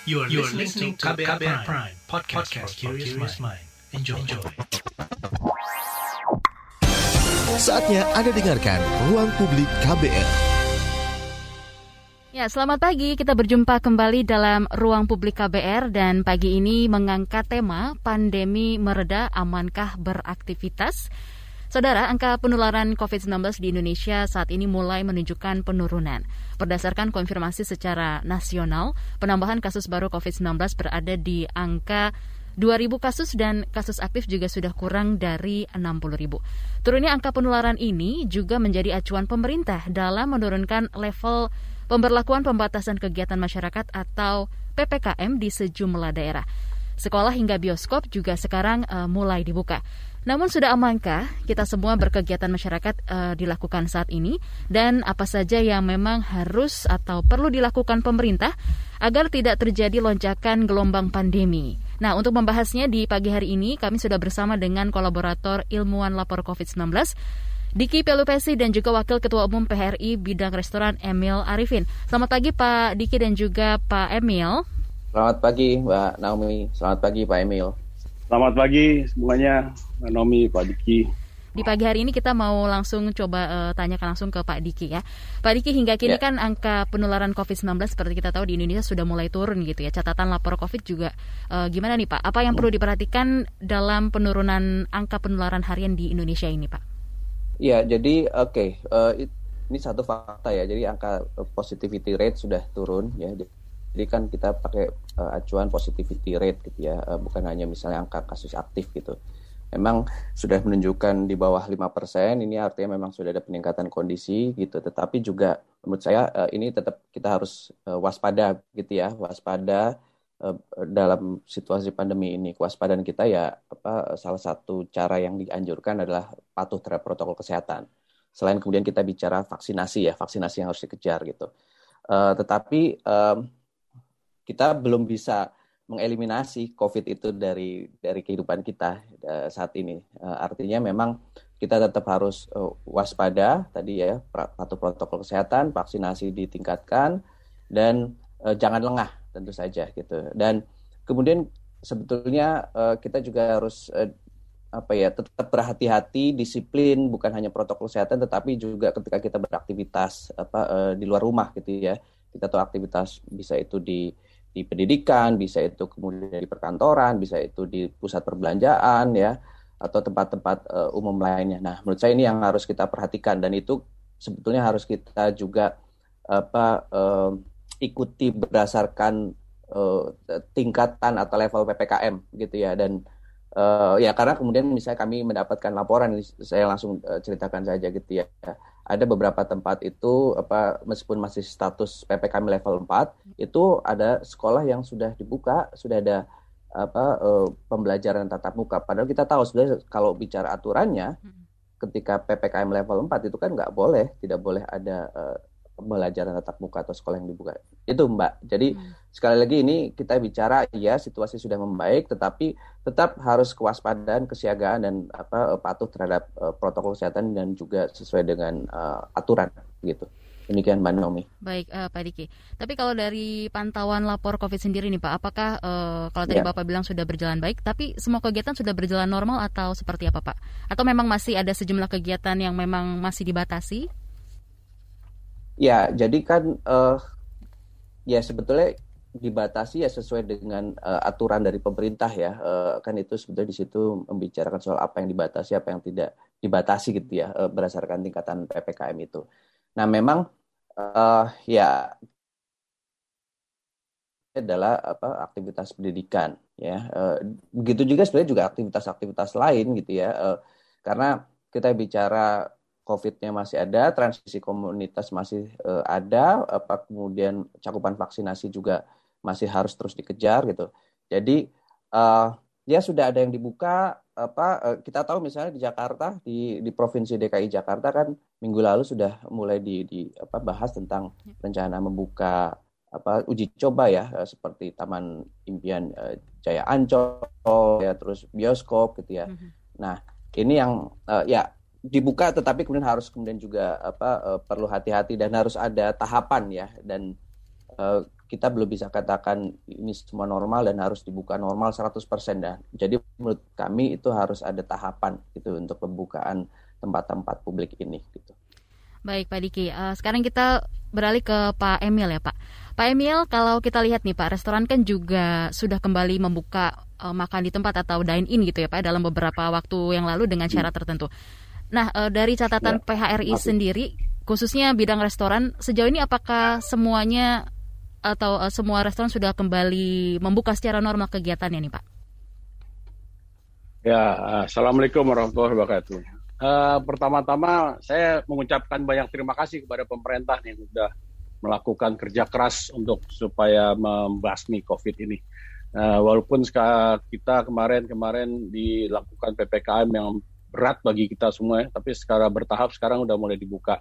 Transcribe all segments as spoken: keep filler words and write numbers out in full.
You are listening to K B R Prime, podcast for curious mind. Enjoy. Enjoy. Saatnya Anda dengarkan Ruang Publik K B R. Ya, selamat pagi. Kita berjumpa kembali dalam Ruang Publik K B R dan pagi ini mengangkat tema pandemi mereda, amankah beraktivitas? Saudara, angka penularan covid sembilan belas di Indonesia saat ini mulai menunjukkan penurunan. Berdasarkan konfirmasi secara nasional, penambahan kasus baru covid sembilan belas berada di angka dua ribu kasus dan kasus aktif juga sudah kurang dari enam puluh ribu. Turunnya angka penularan ini juga menjadi acuan pemerintah dalam menurunkan level pemberlakuan pembatasan kegiatan masyarakat atau P P K M di sejumlah daerah. Sekolah hingga bioskop juga sekarang uh, mulai dibuka. Namun sudah amankah kita semua berkegiatan masyarakat uh, dilakukan saat ini, dan apa saja yang memang harus atau perlu dilakukan pemerintah agar tidak terjadi lonjakan gelombang pandemi. Nah, untuk membahasnya di pagi hari ini kami sudah bersama dengan kolaborator ilmuwan lapor covid sembilan belas Diki Pelupesi dan juga Wakil Ketua Umum P H R I Bidang Restoran Emil Arifin. Selamat pagi Pak Diki dan juga Pak Emil. Selamat pagi Mbak Naomi, selamat pagi Pak Emil. Selamat pagi semuanya, Mbak Naomi, Pak Diki. Di pagi hari ini kita mau langsung coba uh, tanyakan langsung ke Pak Diki ya. Pak Diki, hingga kini ya. kan angka penularan covid sembilan belas seperti kita tahu di Indonesia sudah mulai turun gitu ya. Catatan lapor COVID juga uh, gimana nih Pak? Apa yang perlu diperhatikan dalam penurunan angka penularan harian di Indonesia ini Pak? Ya, jadi oke, okay, uh, ini satu fakta ya. Jadi angka positivity rate sudah turun ya. Jadi kan kita pakai uh, acuan positivity rate gitu ya, uh, bukan hanya misalnya angka kasus aktif gitu. Memang sudah menunjukkan di bawah lima persen, ini artinya memang sudah ada peningkatan kondisi gitu. Tetapi juga menurut saya uh, ini tetap kita harus uh, waspada gitu ya, waspada uh, dalam situasi pandemi ini. Kewaspadaan kita ya apa salah satu cara yang dianjurkan adalah patuh terhadap protokol kesehatan. Selain kemudian kita bicara vaksinasi ya, vaksinasi yang harus dikejar gitu. Uh, tetapi um, kita belum bisa mengeliminasi COVID itu dari dari kehidupan kita uh, saat ini. Uh, artinya memang kita tetap harus uh, waspada tadi ya, patuh protokol kesehatan, vaksinasi ditingkatkan, dan uh, jangan lengah tentu saja gitu. Dan kemudian sebetulnya uh, kita juga harus uh, apa ya tetap berhati-hati, disiplin, bukan hanya protokol kesehatan, tetapi juga ketika kita beraktivitas apa uh, di luar rumah gitu ya. Kita tahu aktivitas bisa itu di di pendidikan, bisa itu kemudian di perkantoran, bisa itu di pusat perbelanjaan ya, atau tempat-tempat uh, umum lainnya. Nah, menurut saya ini yang harus kita perhatikan, dan itu sebetulnya harus kita juga apa uh, ikuti berdasarkan uh, tingkatan atau level P P K M gitu ya. Dan uh, ya karena kemudian misalnya kami mendapatkan laporan, saya langsung uh, ceritakan saja gitu ya. Ada beberapa tempat itu apa meskipun masih status P P K M level empat, itu ada sekolah yang sudah dibuka, sudah ada apa uh, pembelajaran tatap muka. Padahal kita tahu sebenarnya kalau bicara aturannya ketika P P K M level empat itu kan nggak boleh, tidak boleh ada uh, pembelajaran tatap muka atau sekolah yang dibuka. Itu Mbak. Jadi hmm. sekali lagi ini kita bicara ya situasi sudah membaik, tetapi tetap harus kewaspadaan, kesiagaan, dan apa patuh terhadap uh, protokol kesehatan dan juga sesuai dengan uh, aturan gitu. Demikian Mbak Naomi. Baik uh, Pak Diki. Tapi kalau dari pantauan lapor COVID sendiri nih Pak, apakah uh, kalau tadi ya. Bapak bilang sudah berjalan baik, tapi semua kegiatan sudah berjalan normal atau seperti apa Pak? Atau memang masih ada sejumlah kegiatan yang memang masih dibatasi? Ya, jadi kan uh, ya sebetulnya dibatasi ya sesuai dengan uh, aturan dari pemerintah ya. Uh, kan itu sebetulnya di situ membicarakan soal apa yang dibatasi, apa yang tidak dibatasi gitu ya, uh, berdasarkan tingkatan P P K M itu. Nah, memang uh, ya adalah apa aktivitas pendidikan ya. Uh, begitu juga sebenarnya juga aktivitas-aktivitas lain gitu ya. Uh, karena kita bicara COVID-nya masih ada, transmisi komunitas masih uh, ada, apa kemudian cakupan vaksinasi juga masih harus terus dikejar gitu. Jadi uh, ya sudah ada yang dibuka, apa uh, kita tahu misalnya di Jakarta, di di provinsi D K I Jakarta kan minggu lalu sudah mulai di, di apa bahas tentang rencana membuka apa uji coba ya, uh, seperti Taman Impian uh, Jaya Ancol ya, terus bioskop gitu ya. Mm-hmm. Nah, ini yang uh, ya dibuka, tetapi kemudian harus kemudian juga apa uh, perlu hati-hati dan harus ada tahapan ya. Dan uh, kita belum bisa katakan ini semua normal dan harus dibuka normal seratus persen dah. Jadi menurut kami itu harus ada tahapan gitu untuk pembukaan tempat-tempat publik ini gitu. Baik Pak Diki, uh, sekarang kita beralih ke Pak Emil ya Pak. Pak Emil, kalau kita lihat nih Pak, restoran kan juga sudah kembali membuka uh, makan di tempat atau dine-in gitu ya Pak, dalam beberapa waktu yang lalu dengan syarat tertentu. Nah, uh, dari catatan ya, P H R I maaf. sendiri, khususnya bidang restoran, sejauh ini apakah semuanya atau uh, semua restoran sudah kembali membuka secara normal kegiatannya nih Pak? Ya, Assalamualaikum warahmatullahi wabarakatuh. Uh, pertama-tama saya mengucapkan banyak terima kasih kepada pemerintah yang sudah melakukan kerja keras untuk supaya membasmi COVID ini. Uh, walaupun kita kemarin-kemarin dilakukan P P K M yang berat bagi kita semua, ya, tapi secara bertahap sekarang udah mulai dibuka.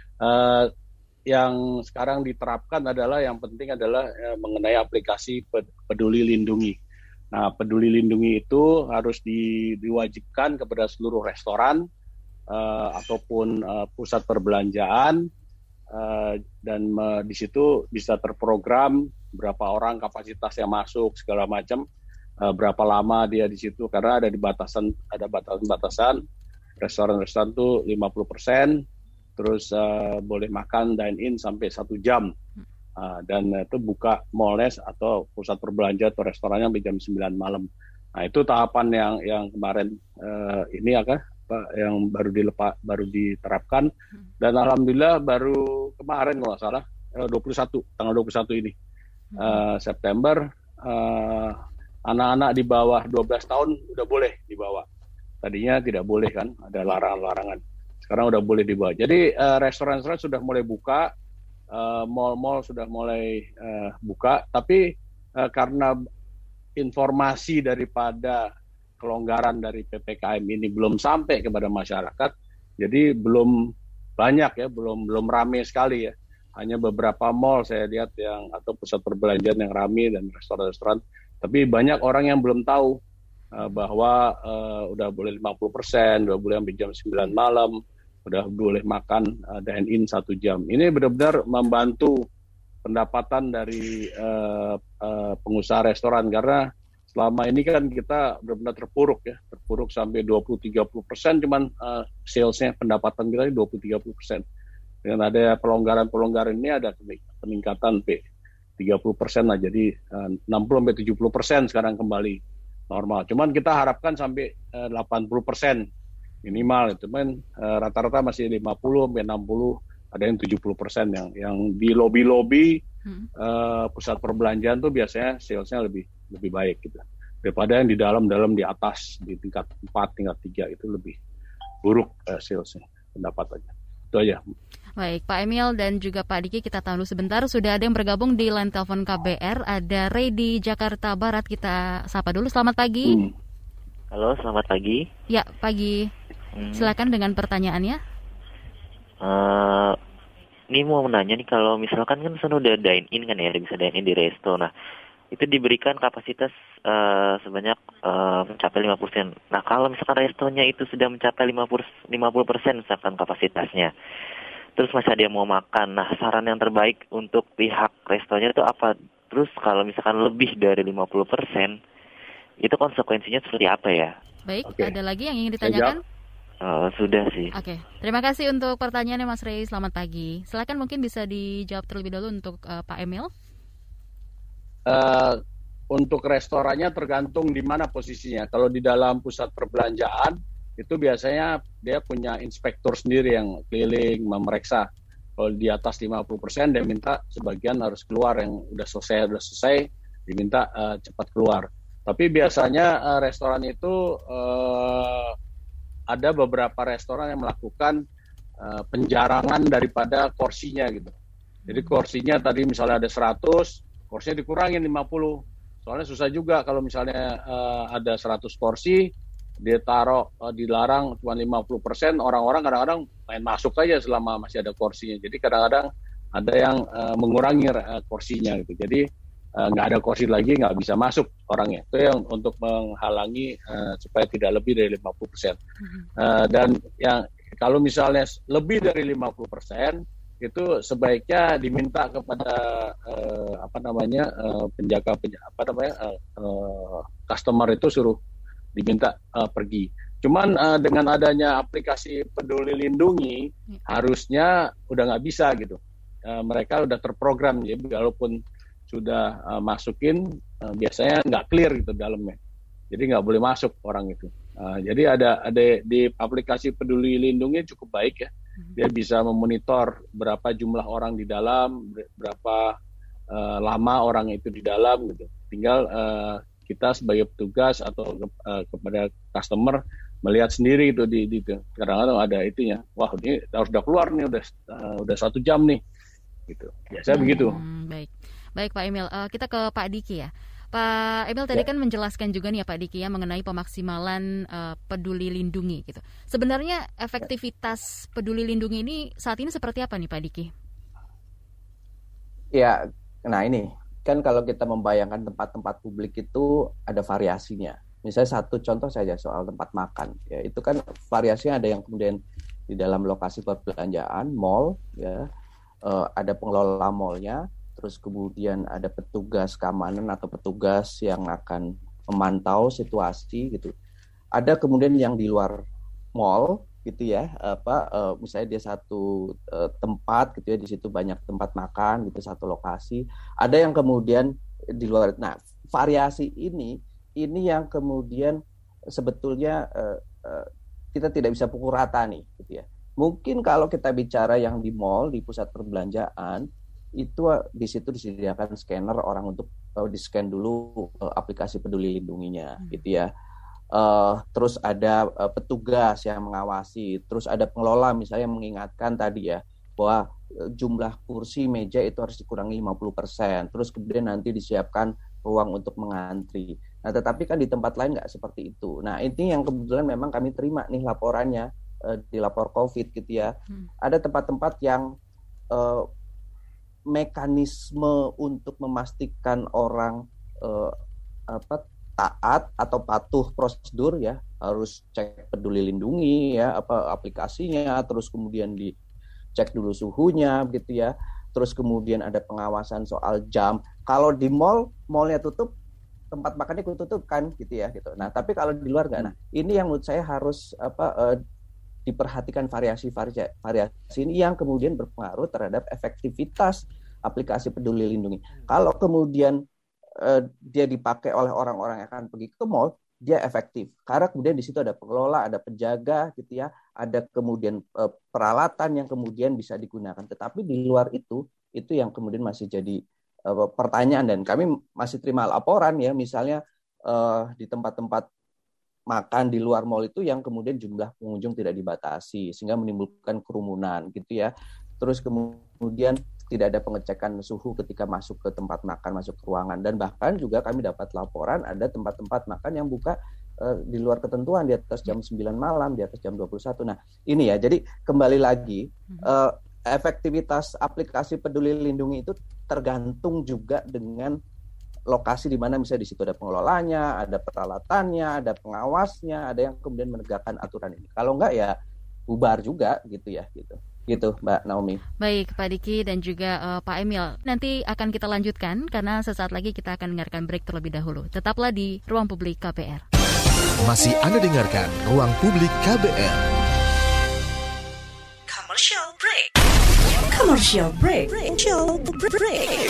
Uh, yang sekarang diterapkan adalah yang penting adalah uh, mengenai aplikasi Peduli Lindungi. Nah, Peduli Lindungi itu harus di, diwajibkan kepada seluruh restoran uh, ataupun uh, pusat perbelanjaan uh, dan uh, di situ bisa terprogram berapa orang kapasitas yang masuk segala macam, uh, berapa lama dia di situ karena ada di batasan ada batasan-batasan restoran-restoran tuh lima puluh persen. Terus uh, boleh makan dine-in sampai satu jam. Uh, dan itu buka mall-nya atau pusat perbelanjaan atau restorannya sampai jam sembilan malam. Nah itu tahapan yang yang kemarin uh, ini apa, apa yang baru dilepas baru diterapkan dan alhamdulillah baru kemarin kalau nggak salah dua puluh satu tanggal dua puluh satu ini uh, September uh, anak-anak di bawah dua belas tahun udah boleh dibawa. Tadinya tidak boleh kan, ada larangan-larangan. Sekarang udah boleh dibawa. Jadi uh, restoran-restoran sudah mulai buka, uh, mall-mall sudah mulai uh, buka, tapi uh, karena informasi daripada kelonggaran dari P P K M ini belum sampai kepada masyarakat, jadi belum banyak ya, belum belum ramai sekali ya. Hanya beberapa mall saya lihat yang atau pusat perbelanjaan yang ramai dan restoran-restoran, tapi banyak orang yang belum tahu uh, bahwa uh, udah boleh lima puluh persen, udah boleh sampai jam sembilan malam. Udah boleh makan uh, dine-in satu jam. Ini benar-benar membantu pendapatan dari uh, uh, pengusaha restoran karena selama ini kan kita benar-benar terpuruk ya, terpuruk sampai dua puluh sampai tiga puluh persen cuman uh, sales-nya pendapatan kita dua puluh sampai tiga puluh persen. Dengan ada pelonggaran-pelonggaran ini ada peningkatan sampai tiga puluh persen lah, jadi uh, enam puluh sampai tujuh puluh persen sekarang kembali normal. Cuman kita harapkan sampai uh, delapan puluh persen minimal itu men uh, rata-rata masih lima puluh sampai enam puluh, ada yang tujuh puluh persen yang yang di lobi-lobi hmm. uh, pusat perbelanjaan tuh biasanya salesnya lebih lebih baik gitu daripada yang di dalam-dalam di atas di tingkat empat, tingkat tiga itu lebih buruk uh, salesnya, pendapatannya. Itu aja. Baik, Pak Emil dan juga Pak Diki, kita tahan dulu sebentar. Sudah ada yang bergabung di line telepon K B R, ada Ray di Jakarta Barat. Kita sapa dulu. Selamat pagi. Hmm. Halo, selamat pagi. Ya, pagi. Hmm. Silakan dengan pertanyaannya. Uh, ini mau menanya nih, kalau misalkan kan sana udah dine-in kan ya, bisa dine-in di resto. Nah, itu diberikan kapasitas uh, sebanyak uh, mencapai lima puluh persen. Nah, kalau misalkan restonya itu sudah mencapai lima puluh persen misalkan kapasitasnya, terus masih ada yang mau makan. Nah, saran yang terbaik untuk pihak restonya itu apa? Terus kalau misalkan lebih dari lima puluh persen, itu konsekuensinya seperti apa ya? Baik, okay. Ada lagi yang ingin ditanyakan? Uh, sudah sih. Oke, okay. Terima kasih untuk pertanyaannya Mas Ray. Selamat pagi. Silakan mungkin bisa dijawab terlebih dahulu untuk uh, Pak Emil. Uh, untuk restorannya tergantung di mana posisinya. Kalau di dalam pusat perbelanjaan itu biasanya dia punya inspektur sendiri yang keliling memeriksa. Kalau di atas lima puluh persen dia minta sebagian harus keluar, yang udah selesai udah selesai diminta uh, cepat keluar. Tapi biasanya uh, restoran itu uh, ada beberapa restoran yang melakukan uh, penjarangan daripada kursinya gitu. Jadi kursinya tadi misalnya ada seratus, kursinya dikurangin lima puluh. Soalnya susah juga kalau misalnya uh, ada seratus kursi, dia taruh uh, dilarang cuma lima puluh persen, orang-orang kadang-kadang main masuk aja selama masih ada kursinya. Jadi kadang-kadang ada yang uh, mengurangi uh, kursinya gitu. Jadi nggak uh, ada kursi lagi, nggak bisa masuk orangnya. Itu yang untuk menghalangi uh, supaya tidak lebih dari lima puluh persen. Uh, dan yang kalau misalnya lebih dari lima puluh persen, itu sebaiknya diminta kepada uh, apa namanya uh, penjaga, penjaga apa namanya uh, uh, customer itu suruh diminta uh, pergi. Cuman uh, dengan adanya aplikasi Peduli Lindungi ya. Harusnya udah nggak bisa gitu. Uh, mereka udah terprogram, ya, walaupun sudah uh, masukin uh, biasanya nggak clear gitu dalamnya. Jadi nggak boleh masuk orang itu. Uh, jadi ada ada di aplikasi Peduli Lindungi cukup baik ya. Dia bisa memonitor berapa jumlah orang di dalam, berapa uh, lama orang itu di dalam gitu. Tinggal uh, kita sebagai petugas atau uh, kepada customer melihat sendiri itu di, di kadang-kadang ada itunya. Wah, ini harus udah keluar nih, udah uh, udah satu jam nih, gitu. Biasanya hmm, begitu. Baik, baik Pak Emil. Uh, kita ke Pak Diki ya. Pak Emil tadi ya. kan menjelaskan juga nih ya Pak Diki ya mengenai pemaksimalan uh, Peduli Lindungi gitu. Sebenarnya efektivitas Peduli Lindungi ini saat ini seperti apa nih Pak Diki? Ya, nah ini kan kalau kita membayangkan tempat-tempat publik itu ada variasinya. Misalnya satu contoh saja soal tempat makan, ya itu kan variasinya ada yang kemudian di dalam lokasi perbelanjaan, mall, ya uh, ada pengelola mallnya, terus kemudian ada petugas keamanan atau petugas yang akan memantau situasi gitu. Ada kemudian yang di luar mall gitu ya, apa uh, misalnya dia satu uh, tempat gitu ya, di situ banyak tempat makan gitu, satu lokasi. Ada yang kemudian di luar. Nah, variasi ini ini yang kemudian sebetulnya uh, uh, kita tidak bisa pukul rata nih, gitu ya. Mungkin kalau kita bicara yang di mall, di pusat perbelanjaan, itu uh, di situ disediakan scanner orang untuk uh, di-scan dulu uh, aplikasi Peduli Lindunginya, hmm. gitu ya. Uh, terus ada uh, petugas yang mengawasi, terus ada pengelola misalnya mengingatkan tadi ya bahwa uh, jumlah kursi meja itu harus dikurangi lima puluh persen, terus kemudian nanti disiapkan ruang untuk mengantri. Nah, tetapi kan di tempat lain nggak seperti itu. Nah, ini yang kebetulan memang kami terima nih laporannya uh, di lapor COVID gitu ya. Hmm. Ada tempat-tempat yang uh, mekanisme untuk memastikan orang uh, apa taat atau patuh prosedur ya, harus cek Peduli Lindungi ya, apa aplikasinya, terus kemudian dicek dulu suhunya gitu ya. Terus kemudian ada pengawasan soal jam. Kalau di mall, mallnya tutup, tempat makannya tutup kan gitu ya gitu. Nah, tapi kalau di luar nggak. Nah, ini yang menurut saya harus apa uh, diperhatikan variasi-variasi variasi ini yang kemudian berpengaruh terhadap efektivitas aplikasi Peduli Lindungi. Kalau kemudian uh, dia dipakai oleh orang-orang yang akan pergi ke mall, dia efektif. Karena kemudian di situ ada pengelola, ada penjaga gitu ya, ada kemudian uh, peralatan yang kemudian bisa digunakan. Tetapi di luar itu, itu yang kemudian masih jadi uh, pertanyaan, dan kami masih terima laporan ya, misalnya uh, di tempat-tempat makan di luar mall itu yang kemudian jumlah pengunjung tidak dibatasi sehingga menimbulkan kerumunan gitu ya. Terus kemudian tidak ada pengecekan suhu ketika masuk ke tempat makan, masuk ke ruangan. Dan bahkan juga kami dapat laporan ada tempat-tempat makan yang buka uh, di luar ketentuan, di atas jam sembilan malam, di atas jam dua puluh satu. Nah ini ya, jadi kembali lagi uh, efektivitas aplikasi Peduli Lindungi itu tergantung juga dengan lokasi di mana misalnya di situ ada pengelolanya, ada peralatannya, ada pengawasnya, ada yang kemudian menegakkan aturan ini. Kalau enggak ya bubar juga gitu ya gitu. Gitu Mbak Naomi. Baik Pak Diki dan juga uh, Pak Emil. Nanti akan kita lanjutkan karena sesaat lagi kita akan dengarkan break terlebih dahulu. Tetaplah di Ruang Publik K B R. Masih Anda dengarkan Ruang Publik K B R. Commercial break. Commercial break. Commercial break.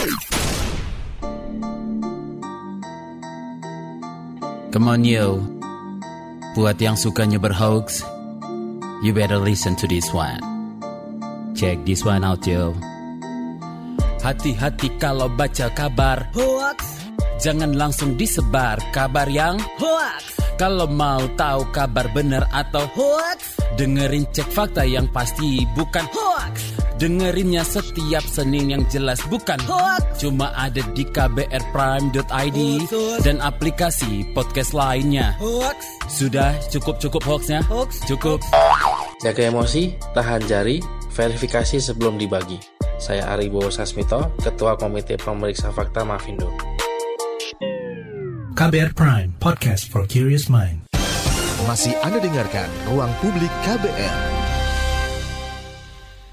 Come on yo. Buat yang sukanya berhoax, you better listen to this one. Check this one out yo. Hati-hati kalau baca kabar Hoax. Jangan langsung disebar kabar yang Hoax. Kalau mau tahu kabar benar atau Hoax, dengerin cek fakta yang pasti bukan Hoax. Dengerinnya setiap Senin yang jelas bukan Hoax. Cuma ada di k b r prime dot i d Hoax. dan aplikasi podcast lainnya. Hoax. Sudah cukup-cukup hoaxnya? Hoax. Cukup. Jaga emosi, tahan jari, verifikasi sebelum dibagi. Saya Ari Bowo Sasmito, Ketua Komite Pemeriksa Fakta Mafindo. K B R Prime, podcast for curious mind. Masih Anda dengarkan Ruang Publik K B R.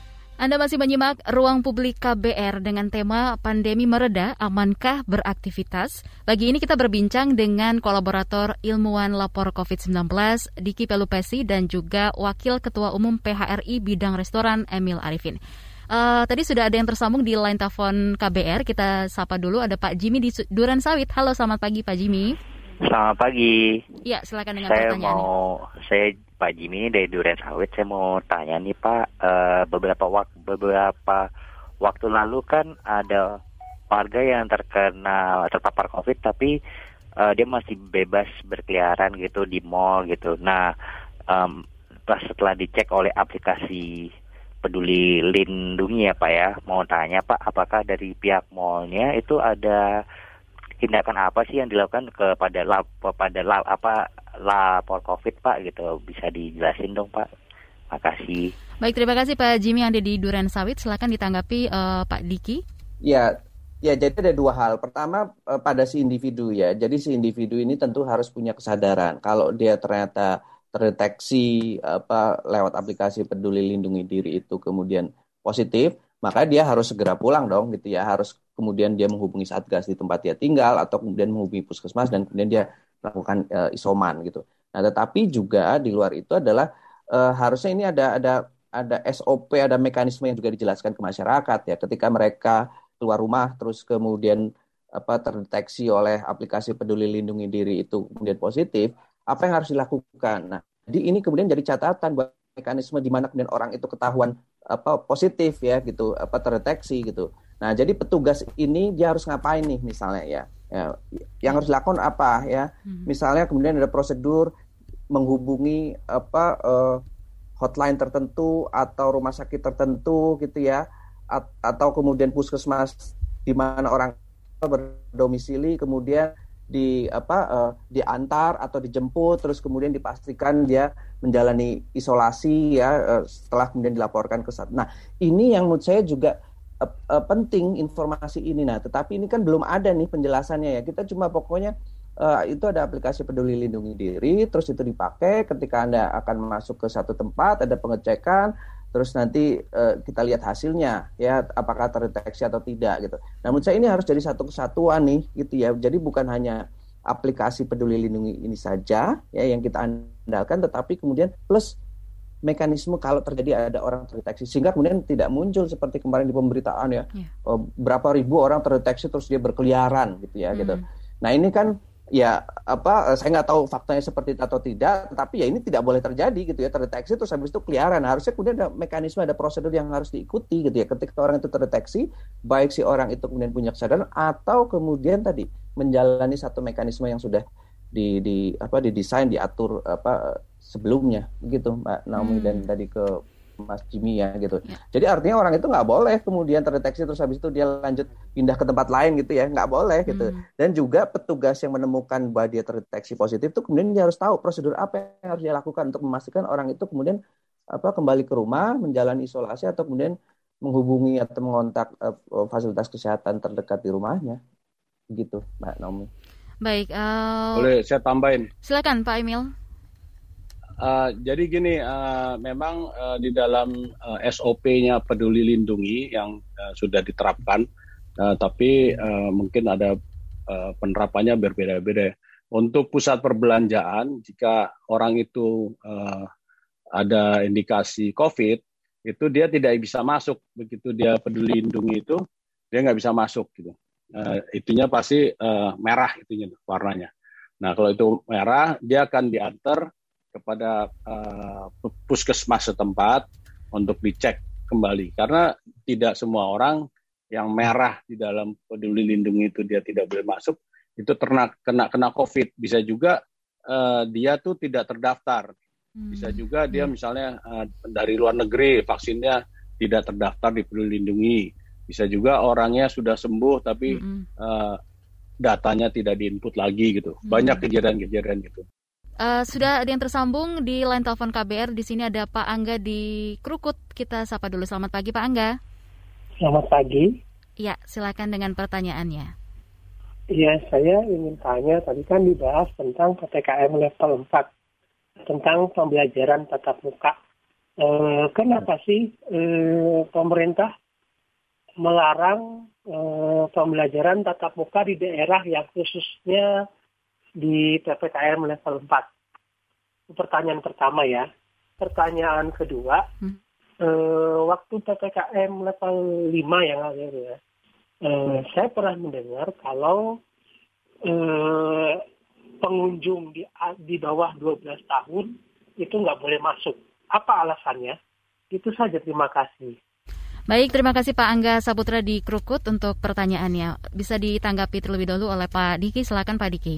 Anda masih menyimak Ruang Publik K B R dengan tema Pandemi Mereda, Amankah Beraktivitas? Pagi ini kita berbincang dengan kolaborator ilmuwan lapor covid sembilan belas, Diki Pelupesi, dan juga Wakil Ketua Umum P H R I Bidang Restoran, Emil Arifin. Uh, tadi sudah ada yang tersambung di line telepon K B R. Kita sapa dulu, ada Pak Jimmy di Duren Sawit. Halo, selamat pagi Pak Jimmy. Selamat pagi. Ya, silakan dengan saya pertanyaan. Mau, saya Pak Jimmy dari Duren Sawit. Saya mau tanya nih Pak, uh, beberapa waktu beberapa waktu lalu kan ada warga yang terkena terpapar COVID, tapi uh, dia masih bebas berkeliaran gitu di mall gitu. Nah, um, pas setelah dicek oleh aplikasi Peduli Lindungi ya Pak ya, mau tanya Pak, apakah dari pihak mallnya itu ada tindakan apa sih yang dilakukan kepada lap, kepada lap, apa lapor COVID Pak gitu, bisa dijelasin dong Pak. Makasih. Baik, terima kasih Pak Jimmy yang ada di Duren Sawit. Silakan ditanggapi uh, Pak Diki. Ya, ya jadi ada dua hal. Pertama uh, pada si individu ya. Jadi si individu ini tentu harus punya kesadaran kalau dia ternyata terdeteksi apa lewat aplikasi Peduli Lindungi Diri itu kemudian positif, maka dia harus segera pulang dong gitu ya. Harus kemudian dia menghubungi Satgas di tempat dia tinggal atau kemudian menghubungi puskesmas dan kemudian dia melakukan uh, isoman gitu. Nah, tetapi juga di luar itu adalah uh, harusnya ini ada ada ada S O P, ada mekanisme yang juga dijelaskan ke masyarakat ya. Ketika mereka keluar rumah terus kemudian apa terdeteksi oleh aplikasi Peduli Lindungi Diri itu kemudian positif, apa yang harus dilakukan? Nah, jadi ini kemudian jadi catatan buat mekanisme di mana kemudian orang itu ketahuan apa positif ya gitu, apa terdeteksi gitu. Nah, jadi petugas ini dia harus ngapain nih misalnya ya? Ya yang harus dilakukan apa ya? Hmm. Misalnya kemudian ada prosedur menghubungi apa uh, hotline tertentu atau rumah sakit tertentu gitu ya, A- atau kemudian puskesmas di mana orang berdomisili kemudian di apa uh, diantar atau dijemput terus kemudian dipastikan dia menjalani isolasi ya uh, setelah kemudian dilaporkan ke Satgas. Nah, ini yang menurut saya juga uh, uh, penting informasi ini. Nah, tetapi ini kan belum ada nih penjelasannya ya. Kita cuma pokoknya uh, itu ada aplikasi Peduli Lindungi Diri, terus itu dipakai ketika Anda akan masuk ke satu tempat, ada pengecekan, terus nanti uh, kita lihat hasilnya ya apakah terdeteksi atau tidak gitu. Nah, menurut saya ini harus jadi satu kesatuan nih gitu ya. Jadi bukan hanya aplikasi Peduli Lindungi ini saja ya yang kita andalkan, tetapi kemudian plus mekanisme kalau terjadi ada orang terdeteksi sehingga kemudian tidak muncul seperti kemarin di pemberitaan ya yeah. uh, berapa ribu orang terdeteksi terus dia berkeliaran gitu ya hmm. gitu. Nah, ini kan ya apa saya nggak tahu faktanya seperti itu atau tidak, tetapi ya ini tidak boleh terjadi gitu ya, terdeteksi terus habis itu keliaran. Nah, harusnya kemudian ada mekanisme, ada prosedur yang harus diikuti gitu ya ketika orang itu terdeteksi, baik si orang itu kemudian punya kesadaran atau kemudian tadi menjalani satu mekanisme yang sudah di, di apa didesain diatur apa sebelumnya begitu Mbak Naomi hmm. dan tadi ke Mas Jimmy ya gitu. Ya. Jadi artinya orang itu nggak boleh kemudian terdeteksi terus habis itu dia lanjut pindah ke tempat lain gitu ya, nggak boleh gitu. Hmm. Dan juga petugas yang menemukan bahwa dia terdeteksi positif itu kemudian dia harus tahu prosedur apa yang harus dia lakukan untuk memastikan orang itu kemudian apa kembali ke rumah menjalani isolasi atau kemudian menghubungi atau mengontak uh, fasilitas kesehatan terdekat di rumahnya. Begitu Mbak Naomi. Baik. Uh... Boleh saya tambahin? Silakan Pak Emil. Uh, jadi gini, uh, memang uh, di dalam uh, S O P-nya Peduli Lindungi yang uh, sudah diterapkan, uh, tapi uh, mungkin ada uh, penerapannya berbeda-beda. Untuk pusat perbelanjaan, jika orang itu uh, ada indikasi COVID, itu dia tidak bisa masuk. Begitu dia Peduli Lindungi itu, dia nggak bisa masuk gitu. Uh, itunya pasti uh, merah itunya warnanya. Nah, kalau itu merah, dia akan diantar kepada uh, puskesmas setempat untuk dicek kembali. Karena tidak semua orang yang merah di dalam Peduli Lindungi itu dia tidak boleh masuk, itu terna, kena kena COVID. Bisa juga uh, dia tuh tidak terdaftar. Bisa juga dia misalnya uh, dari luar negeri, vaksinnya tidak terdaftar di Peduli Lindungi. Bisa juga orangnya sudah sembuh tapi uh, datanya tidak diinput lagi gitu. Banyak kejadian-kejadian gitu. Uh, sudah ada yang tersambung di line telepon K B R. Di sini ada Pak Angga di Krukut. Kita sapa dulu. Selamat pagi Pak Angga. Selamat pagi. Ya, silakan dengan pertanyaannya. Iya, saya ingin tanya, tadi kan dibahas tentang P P K M level empat, tentang pembelajaran tatap muka. Eh, kenapa sih eh, pemerintah melarang eh, pembelajaran tatap muka di daerah yang khususnya di P P K M level empat? Pertanyaan pertama ya. Pertanyaan kedua, hmm. eh, waktu P P K M level lima yang ada ya, eh, saya pernah mendengar kalau eh, pengunjung di, di bawah dua belas tahun itu nggak boleh masuk. Apa alasannya? Itu saja, terima kasih. Baik, terima kasih Pak Angga Saputra di Krukut untuk pertanyaannya. Bisa ditanggapi terlebih dahulu oleh Pak Diki. Silakan Pak Diki.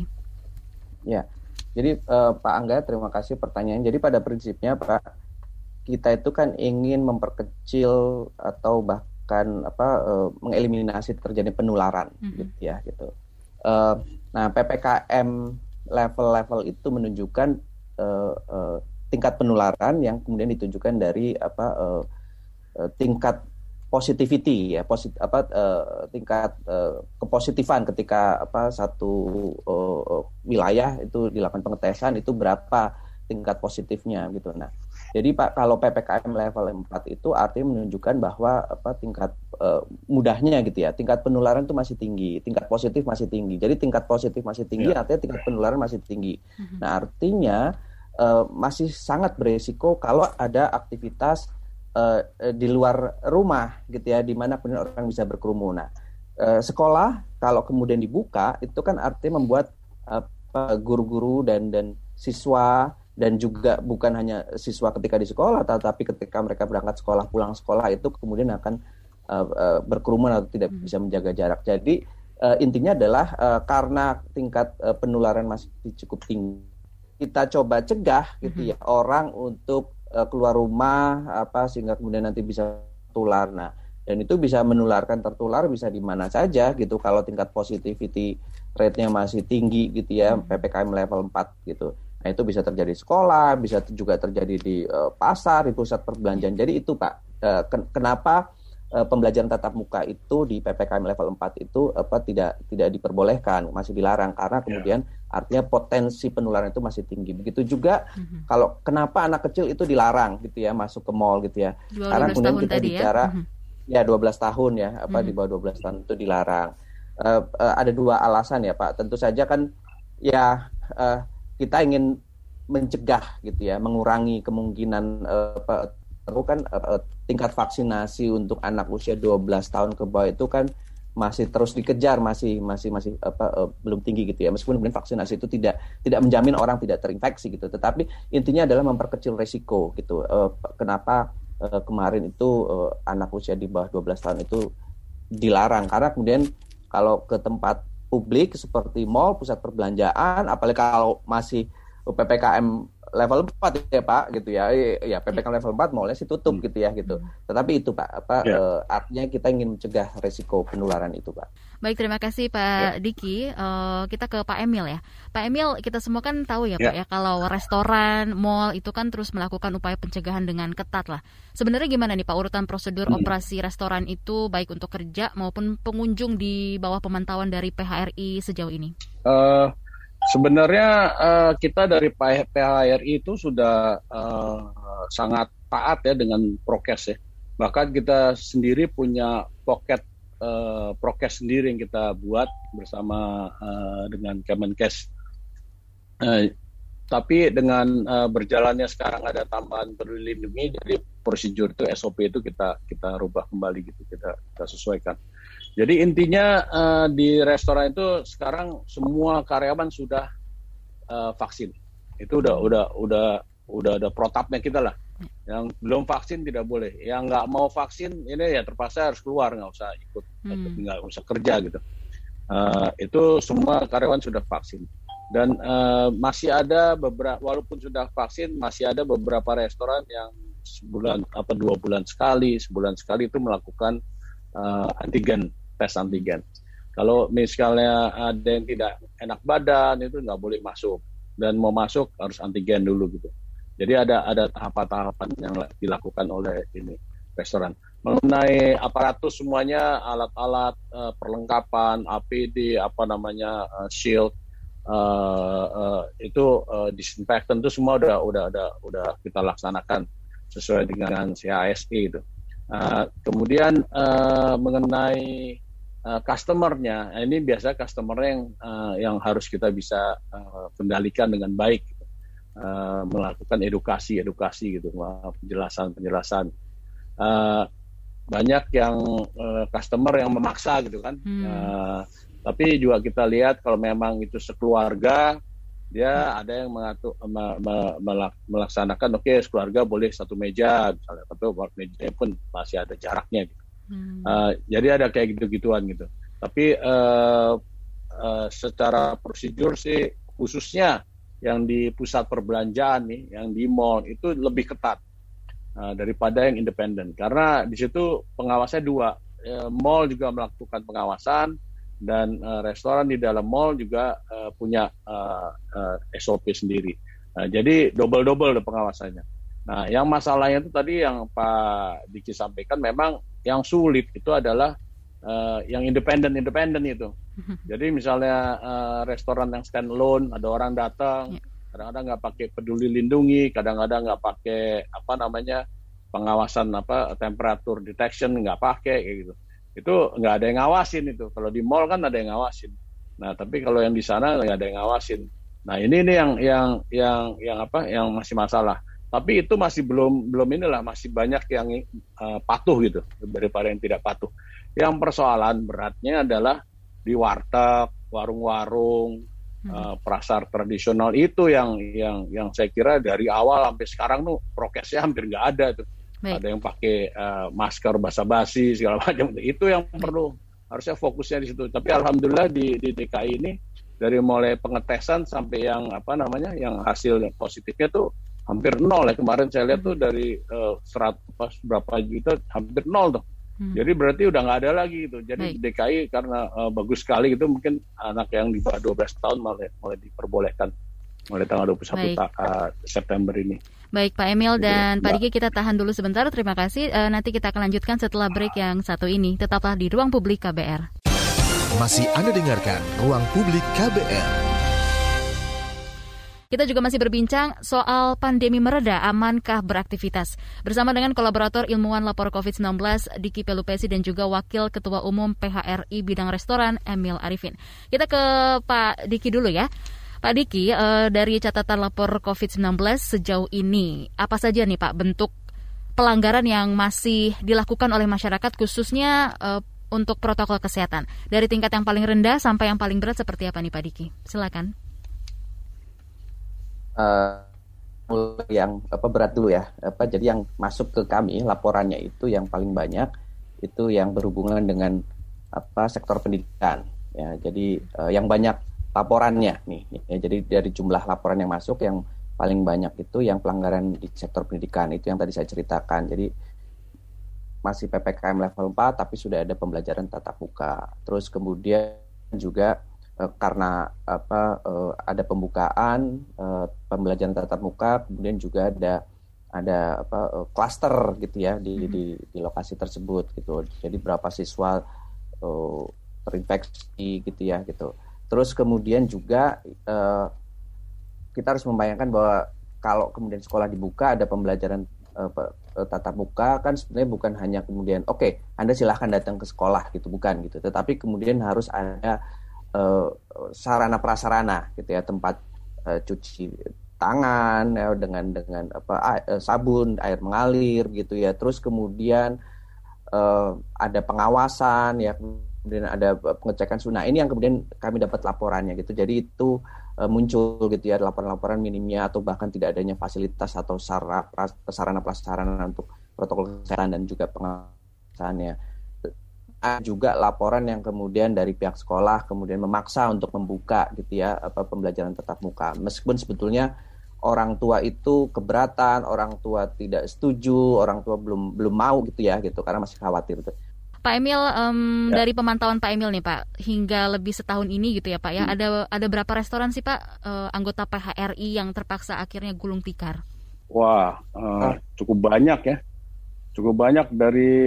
Ya, jadi uh, Pak Angga, terima kasih pertanyaan. Jadi pada prinsipnya Pak, kita itu kan ingin memperkecil atau bahkan apa uh, mengeliminasi terjadi penularan, mm-hmm. gitu ya, gitu. Uh, nah, P P K M level-level itu menunjukkan uh, uh, tingkat penularan yang kemudian ditunjukkan dari apa uh, uh, tingkat positivity ya, posit, apa uh, tingkat uh, kepositifan ketika apa satu uh, wilayah itu dilakukan pengetesan itu berapa tingkat positifnya gitu. Nah, jadi Pak, kalau P P K M level empat itu artinya menunjukkan bahwa apa tingkat uh, mudahnya gitu ya, tingkat penularan itu masih tinggi, tingkat positif masih tinggi. Jadi tingkat positif masih tinggi yeah. artinya tingkat penularan masih tinggi. Mm-hmm. Nah, artinya Uh, masih sangat beresiko kalau ada aktivitas uh, di luar rumah gitu ya, di mana kemudian orang bisa berkerumun. Nah, uh, sekolah kalau kemudian dibuka itu kan artinya membuat uh, guru-guru dan dan siswa dan juga bukan hanya siswa ketika di sekolah, tetapi ketika mereka berangkat sekolah, pulang sekolah itu kemudian akan uh, uh, berkerumun atau tidak bisa menjaga jarak. Jadi uh, intinya adalah uh, karena tingkat uh, penularan masih cukup tinggi, kita coba cegah gitu ya mm-hmm. orang untuk uh, keluar rumah apa sehingga kemudian nanti bisa tular. Nah, dan itu bisa menularkan, tertular bisa di mana saja gitu kalau tingkat positivity rate-nya masih tinggi gitu ya, mm-hmm. P P K M level empat gitu. Nah, itu bisa terjadi di sekolah, bisa juga terjadi di uh, pasar, di pusat perbelanjaan. Mm-hmm. Jadi itu Pak, uh, ken- kenapa uh, pembelajaran tatap muka itu di P P K M level empat itu apa tidak tidak diperbolehkan, masih dilarang karena kemudian yeah. artinya potensi penularan itu masih tinggi. Begitu juga mm-hmm. kalau kenapa anak kecil itu dilarang gitu ya masuk ke mall gitu ya. Karena kemudian kita bicara ya, mm-hmm. ya dua belas tahun ya, apa mm-hmm. di bawah dua belas tahun itu dilarang. Uh, uh, ada dua alasan ya Pak. Tentu saja kan ya uh, kita ingin mencegah gitu ya, mengurangi kemungkinan uh, kan uh, tingkat vaksinasi untuk anak usia dua belas tahun ke bawah itu kan masih terus dikejar, masih masih masih apa uh, belum tinggi gitu ya. Meskipun kemudian vaksinasi itu tidak tidak menjamin orang tidak terinfeksi gitu, tetapi intinya adalah memperkecil resiko gitu. Uh, kenapa uh, kemarin itu uh, anak usia di bawah dua belas tahun itu dilarang karena kemudian kalau ke tempat publik seperti mal, pusat perbelanjaan, apalagi kalau masih P P K M level empat ya Pak gitu ya. Ya P P K M level empat mallnya sih tutup hmm. gitu ya gitu. Tetapi itu Pak apa ya. uh, artinya kita ingin mencegah resiko penularan itu Pak. Baik, terima kasih Pak ya. Diki. Uh, kita ke Pak Emil ya. Pak Emil, kita semua kan tahu ya, ya Pak ya kalau restoran, mall itu kan terus melakukan upaya pencegahan dengan ketat lah. Sebenarnya gimana nih Pak urutan prosedur hmm. operasi restoran itu baik untuk kerja maupun pengunjung di bawah pemantauan dari P H R I sejauh ini? Uh, Sebenarnya uh, kita dari P H R I itu sudah uh, sangat taat ya dengan prokes ya. Bahkan kita sendiri punya pocket uh, prokes sendiri yang kita buat bersama uh, dengan Kemenkes. Uh, tapi dengan uh, berjalannya sekarang ada tambahan Peduli Lindungi, jadi prosedur itu S O P itu kita kita rubah kembali gitu, kita kita sesuaikan. Jadi intinya uh, di restoran itu sekarang semua karyawan sudah uh, vaksin. Itu udah udah udah udah ada protapnya kita lah. Yang belum vaksin tidak boleh. Yang nggak mau vaksin ini ya terpaksa harus keluar, nggak usah ikut, hmm. nggak usah kerja gitu. Uh, itu semua karyawan sudah vaksin. Dan uh, masih ada beberapa, walaupun sudah vaksin, masih ada beberapa restoran yang sebulan apa dua bulan sekali, sebulan sekali itu melakukan uh, antigen. Tes antigen. Kalau misalnya ada yang tidak enak badan itu nggak boleh masuk, dan mau masuk harus antigen dulu gitu. Jadi ada ada tahapan-tahapan yang dilakukan oleh ini restoran. Mengenai aparatus semuanya, alat-alat uh, perlengkapan, A P D, apa namanya uh, shield, uh, uh, itu uh, disinfektan itu semua udah udah udah udah kita laksanakan sesuai dengan C H S E itu. Uh, kemudian uh, mengenai uh, customer-nya, ini biasa customer yang uh, yang harus kita bisa uh, kendalikan dengan baik, gitu. uh, melakukan edukasi, edukasi gitu, penjelasan, penjelasan. Uh, banyak yang uh, customer yang memaksa gitu kan. Hmm. Uh, tapi juga kita lihat kalau memang itu sekeluarga, dia ada yang mengatur, me, me, melaksanakan, oke okay, sekeluarga boleh satu meja misalnya, tapi meja pun masih ada jaraknya gitu. Hmm. Uh, jadi ada kayak gitu-gituan gitu. Tapi uh, uh, secara prosedur sih khususnya yang di pusat perbelanjaan nih, yang di mall itu lebih ketat uh, daripada yang independen, karena di situ pengawasnya dua, uh, mall juga melakukan pengawasan. Dan uh, restoran di dalam mall juga uh, punya uh, uh, S O P sendiri. Uh, jadi double-double pengawasannya. Nah, yang masalahnya itu tadi yang Pak Diki sampaikan, memang yang sulit itu adalah uh, yang independen-independen itu. Jadi misalnya uh, restoran yang stand alone, ada orang datang, kadang-kadang nggak pakai peduli lindungi, kadang-kadang nggak pakai apa namanya pengawasan apa temperature detection, nggak pakai kayak gitu. Itu nggak ada yang ngawasin itu. Kalau di mall kan ada yang ngawasin. Nah, tapi kalau yang di sana nggak ada yang ngawasin. Nah, ini nih yang yang yang yang apa? Yang masih masalah. Tapi itu masih belum belum inilah, masih banyak yang uh, patuh gitu daripada yang tidak patuh. Yang persoalan beratnya adalah di warteg, warung-warung, hmm. uh, pasar tradisional itu yang yang yang saya kira dari awal sampai sekarang tuh prokesnya hampir nggak ada tuh. Baik. Ada yang pakai uh, masker basa-basi segala macam, itu yang perlu harusnya fokusnya di situ. Tapi alhamdulillah di, di D K I ini dari mulai pengetesan sampai yang apa namanya yang hasil positifnya tuh hampir nol ya. Kemarin saya lihat tuh dari uh, seratus berapa juta hampir nol tuh. Hmm. Jadi berarti udah nggak ada lagi gitu. Jadi Baik. D K I karena uh, bagus sekali gitu, mungkin anak yang di bawah dua belas tahun mulai mulai diperbolehkan mulai tanggal dua puluh satu ta- uh, September ini. Baik Pak Emil dan Pak Diki, kita tahan dulu sebentar. Terima kasih. E, nanti kita akan lanjutkan setelah break yang satu ini. Tetaplah di Ruang Publik K B R. Masih Anda dengarkan Ruang Publik K B R. Kita juga masih berbincang soal pandemi mereda, amankah beraktivitas? Bersama dengan kolaborator ilmuwan lapor covid sembilan belas Diki Pelupesi dan juga Wakil Ketua Umum P H R I Bidang Restoran Emil Arifin. Kita ke Pak Diki dulu ya. Pak Diki, uh, dari catatan lapor covid sembilan belas sejauh ini, apa saja nih Pak bentuk pelanggaran yang masih dilakukan oleh masyarakat khususnya uh, untuk protokol kesehatan? Dari tingkat yang paling rendah sampai yang paling berat seperti apa nih Pak Diki? Silakan. Uh, yang apa berat dulu ya. Apa jadi yang masuk ke kami laporannya itu yang paling banyak itu yang berhubungan dengan apa sektor pendidikan. Ya, jadi uh, yang banyak laporannya nih, ya, jadi dari jumlah laporan yang masuk yang paling banyak itu yang pelanggaran di sektor pendidikan, itu yang tadi saya ceritakan. Jadi masih P P K M level empat tapi sudah ada pembelajaran tatap muka. Terus kemudian juga eh, karena apa eh, ada pembukaan eh, pembelajaran tatap muka, kemudian juga ada ada apa klaster gitu ya di, mm-hmm. di di lokasi tersebut gitu. Jadi berapa siswa eh, terinfeksi gitu ya gitu. Terus kemudian juga uh, kita harus membayangkan bahwa kalau kemudian sekolah dibuka ada pembelajaran uh, tatap muka, kan sebenarnya bukan hanya kemudian oke okay, Anda silahkan datang ke sekolah gitu, bukan gitu, tetapi kemudian harus ada uh, sarana prasarana gitu ya, tempat uh, cuci tangan ya, dengan dengan apa uh, sabun, air mengalir gitu ya. Terus kemudian uh, ada pengawasan ya, kemudian ada pengecekan suhu. Nah, ini yang kemudian kami dapat laporannya gitu. Jadi itu uh, muncul gitu ya laporan-laporan minimnya atau bahkan tidak adanya fasilitas atau sarana sarana prasarana untuk protokol kesehatan dan juga pengawasannya. Juga laporan yang kemudian dari pihak sekolah kemudian memaksa untuk membuka gitu ya apa pembelajaran tatap muka. Meskipun sebetulnya orang tua itu keberatan, orang tua tidak setuju, orang tua belum belum mau gitu ya gitu karena masih khawatir gitu. Pak Emil, um, ya. Dari pemantauan Pak Emil nih Pak, hingga lebih setahun ini gitu ya Pak ya, hmm. ada ada berapa restoran sih Pak uh, anggota P H R I yang terpaksa akhirnya gulung tikar? Wah, uh, cukup banyak ya, cukup banyak dari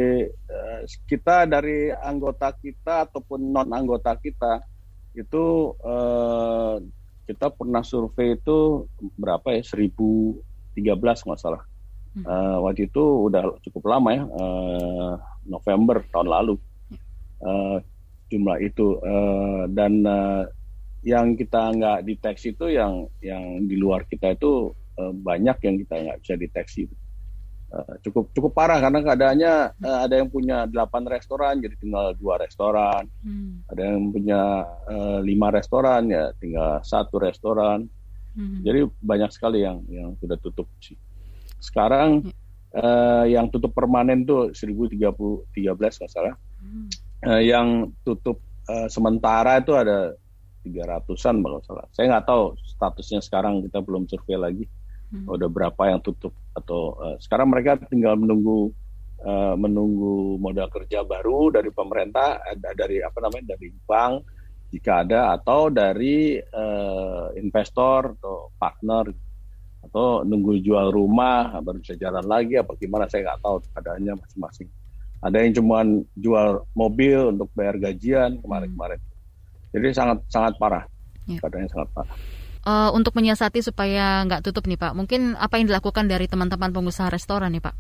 uh, kita dari anggota kita ataupun non anggota kita itu uh, kita pernah survei itu berapa ya seribu tiga belas nggak salah Uh, waktu itu udah cukup lama ya, uh, November tahun lalu uh, jumlah itu uh, dan uh, yang kita nggak deteksi itu yang yang di luar kita itu uh, banyak yang kita nggak bisa deteksi. Uh, cukup cukup parah karena keadaannya uh, ada yang punya delapan restoran jadi tinggal dua restoran, hmm. ada yang punya uh, lima restoran ya tinggal satu restoran, hmm. jadi banyak sekali yang yang sudah tutup sih. Sekarang hmm. uh, yang tutup permanen tuh seribu tiga belas nggak salah, hmm. uh, yang tutup uh, sementara itu ada tiga ratusan kalau salah. Saya nggak tahu statusnya sekarang, kita belum survei lagi. Hmm. Udah berapa yang tutup atau uh, sekarang mereka tinggal menunggu uh, menunggu modal kerja baru dari pemerintah, ada dari apa namanya dari bank jika ada, atau dari uh, investor atau partner, atau nunggu jual rumah baru bisa jalan lagi apa gimana, saya nggak tahu keadaannya masing-masing. Ada yang cuma jual mobil untuk bayar gajian kemarin-kemarin. Jadi sangat sangat parah, ya. Keadaannya sangat parah. Uh, untuk menyiasati supaya nggak tutup nih Pak, mungkin apa yang dilakukan dari teman-teman pengusaha restoran nih Pak?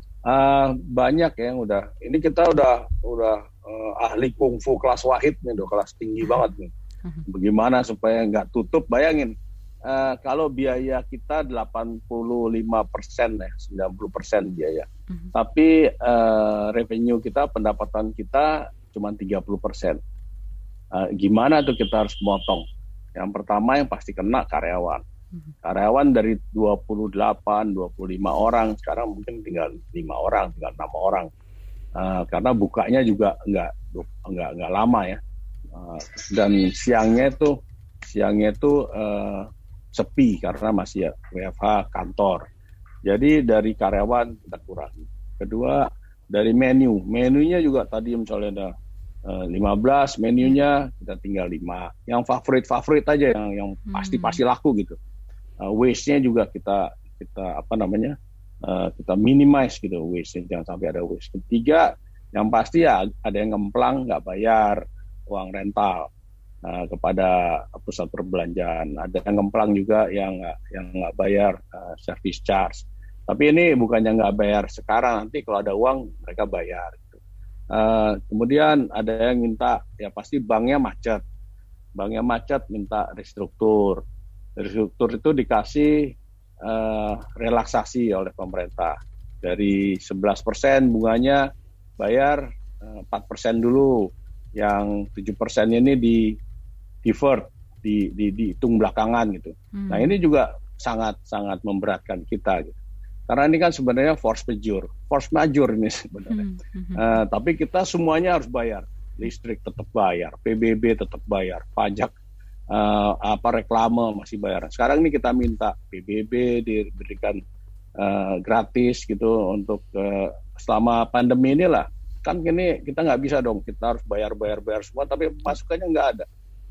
Uh, banyak yang udah, ini kita udah udah uh, ahli kungfu kelas wahid nih, udah kelas tinggi banget nih. Bagaimana supaya nggak tutup? Bayangin, uh, kalau biaya kita delapan puluh lima persen ya, sembilan puluh persen biaya, uh-huh. tapi uh, revenue kita, pendapatan kita cuma tiga puluh persen. Uh, gimana tuh kita harus motong? Yang pertama yang pasti kena karyawan. Karyawan dari dua puluh delapan, dua puluh lima orang, sekarang mungkin tinggal lima orang, tinggal enam orang. Uh, karena bukanya juga nggak nggak nggak lama ya. Uh, dan siangnya itu siangnya itu uh, sepi karena masih ya W F H kantor. Jadi dari karyawan kita kurangi. Kedua dari menu, menunya juga tadi misalnya ada lima belas menunya kita tinggal lima, yang favorit-favorit aja, yang yang pasti-pasti laku gitu. Uh, waste-nya juga kita kita apa namanya uh, kita minimize gitu waste-nya, jangan sampai ada waste. Ketiga yang pasti ya ada yang ngemplang nggak bayar uang rental uh, kepada pusat perbelanjaan, ada yang ngemplang juga yang yang nggak bayar uh, service charge. Tapi ini bukannya nggak bayar sekarang, nanti kalau ada uang mereka bayar. Uh, kemudian ada yang minta, ya pasti banknya macet, banknya macet minta restruktur, restruktur itu dikasih uh, relaksasi oleh pemerintah dari sebelas persen bunganya bayar uh, empat persen dulu, yang tujuh persen ini di divert, di, di dihitung belakangan gitu. Hmm. Nah ini juga sangat sangat memberatkan kita gitu. Karena ini kan sebenarnya force majeure, force majeure ini sebenarnya. Hmm. Uh, tapi kita semuanya harus bayar, listrik tetap bayar, P B B tetap bayar, pajak uh, apa reklame masih bayar. Sekarang ini kita minta P B B diberikan uh, gratis gitu untuk uh, selama pandemi inilah. Kan ini kita nggak bisa dong, kita harus bayar bayar bayar semua, tapi masukannya nggak ada.